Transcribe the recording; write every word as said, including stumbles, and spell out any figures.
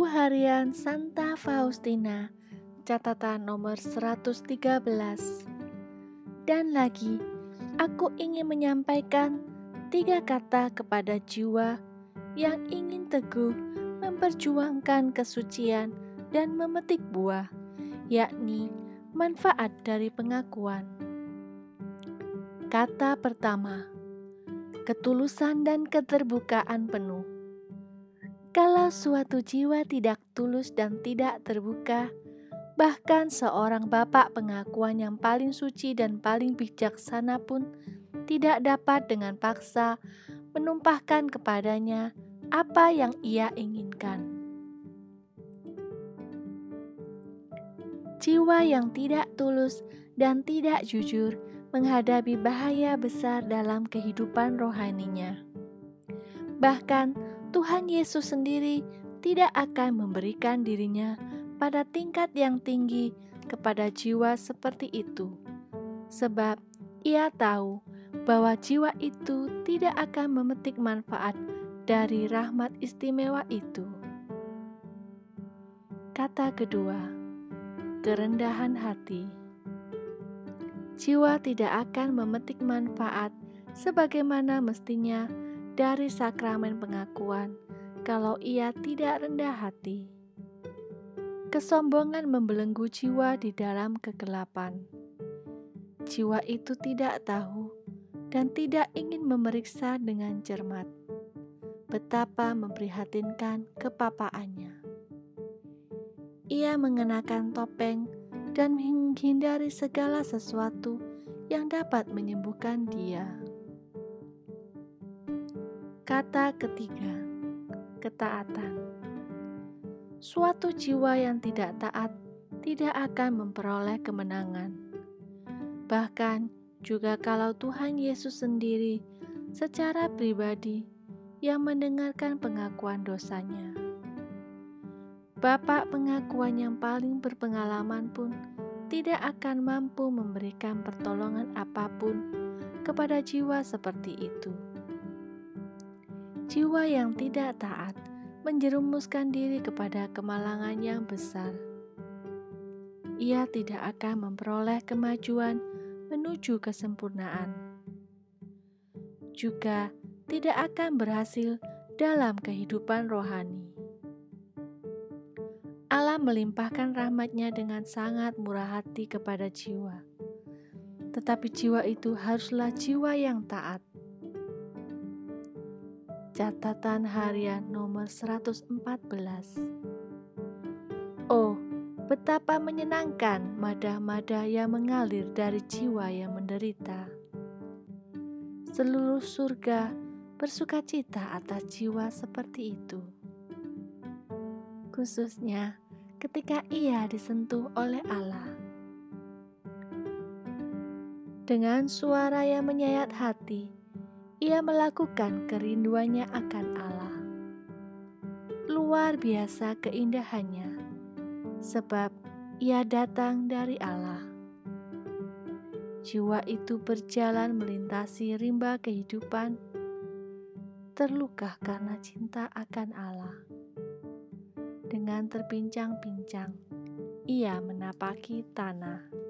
Buku Harian Santa Faustina, catatan nomor seratus tiga belas. Dan lagi, aku ingin menyampaikan tiga kata kepada jiwa yang ingin teguh memperjuangkan kesucian dan memetik buah, yakni manfaat dari pengakuan. Kata pertama, ketulusan dan keterbukaan penuh. Kalau suatu jiwa tidak tulus dan tidak terbuka, bahkan seorang bapak pengakuan yang paling suci dan paling bijaksana pun tidak dapat dengan paksa menumpahkan kepadanya apa yang ia inginkan. Jiwa yang tidak tulus dan tidak jujur menghadapi bahaya besar dalam kehidupan rohaninya. Bahkan Tuhan Yesus sendiri tidak akan memberikan dirinya pada tingkat yang tinggi kepada jiwa seperti itu, sebab ia tahu bahwa jiwa itu tidak akan memetik manfaat dari rahmat istimewa itu. Kata kedua, kerendahan hati. Jiwa tidak akan memetik manfaat sebagaimana mestinya dari sakramen pengakuan kalau ia tidak rendah hati. Kesombongan membelenggu jiwa di dalam kegelapan. Jiwa itu tidak tahu dan tidak ingin memeriksa dengan cermat betapa memprihatinkan kepapaannya. Ia mengenakan topeng dan menghindari segala sesuatu yang dapat menyembuhkan dia. Kata ketiga, ketaatan. Suatu jiwa yang tidak taat tidak akan memperoleh kemenangan. Bahkan juga kalau Tuhan Yesus sendiri secara pribadi yang mendengarkan pengakuan dosanya. Bapak pengakuan yang paling berpengalaman pun tidak akan mampu memberikan pertolongan apapun kepada jiwa seperti itu. Jiwa yang tidak taat menjerumuskan diri kepada kemalangan yang besar. Ia tidak akan memperoleh kemajuan menuju kesempurnaan. Juga tidak akan berhasil dalam kehidupan rohani. Allah melimpahkan rahmat-Nya dengan sangat murah hati kepada jiwa. Tetapi jiwa itu haruslah jiwa yang taat. Catatan harian nomor seratus empat belas. Oh, betapa menyenangkan madah-madah yang mengalir dari jiwa yang menderita. Seluruh surga bersukacita atas jiwa seperti itu. Khususnya ketika ia disentuh oleh Allah. Dengan suara yang menyayat hati, ia melakukan kerinduannya akan Allah. Luar biasa keindahannya, sebab ia datang dari Allah. Jiwa itu berjalan melintasi rimba kehidupan, terluka karena cinta akan Allah. Dengan terpincang-pincang, ia menapaki tanah.